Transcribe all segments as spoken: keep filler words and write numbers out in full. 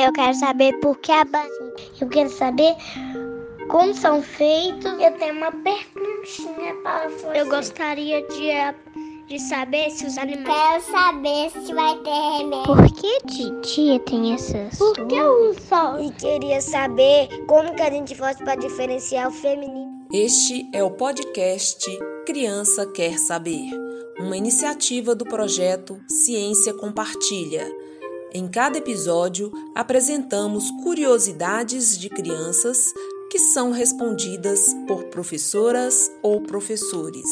eu quero saber por que a banana. Eu quero saber como são feitos. Eu tenho uma perguntinha para você. Eu gostaria de, de saber se os animais... Quero saber se vai ter remédio. Por que de dia tem essas... Por que o sol? E queria saber como que a gente faz para diferenciar o feminino. Este é o podcast Criança Quer Saber, uma iniciativa do projeto Ciência Compartilha. Em cada episódio, apresentamos curiosidades de crianças que são respondidas por professoras ou professores.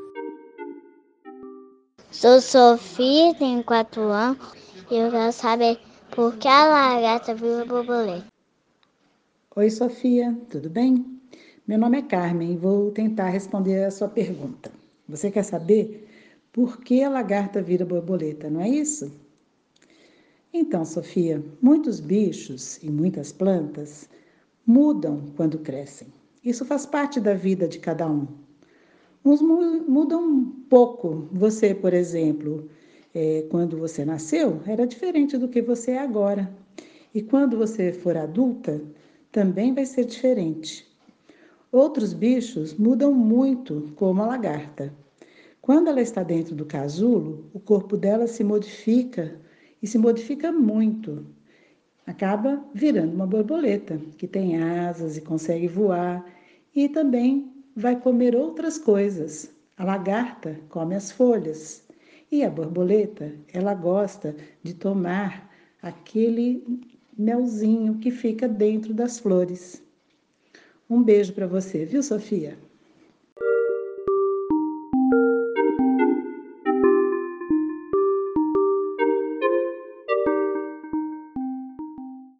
Sou Sofia, tenho quatro anos e eu quero saber por que a lagarta vira borboleta. Oi, Sofia, tudo bem? Meu nome é Carmen e vou tentar responder a sua pergunta. Você quer saber por que a lagarta vira borboleta, não é isso? Então, Sofia, muitos bichos e muitas plantas mudam quando crescem. Isso faz parte da vida de cada um. Uns mudam um pouco. Você, por exemplo, é, quando você nasceu, era diferente do que você é agora. E quando você for adulta, também vai ser diferente. Outros bichos mudam muito, como a lagarta. Quando ela está dentro do casulo, o corpo dela se modifica e se modifica muito. Acaba virando uma borboleta, que tem asas e consegue voar e também vai comer outras coisas. A lagarta come as folhas e a borboleta, ela gosta de tomar aquele melzinho que fica dentro das flores. Um beijo para você, viu, Sofia?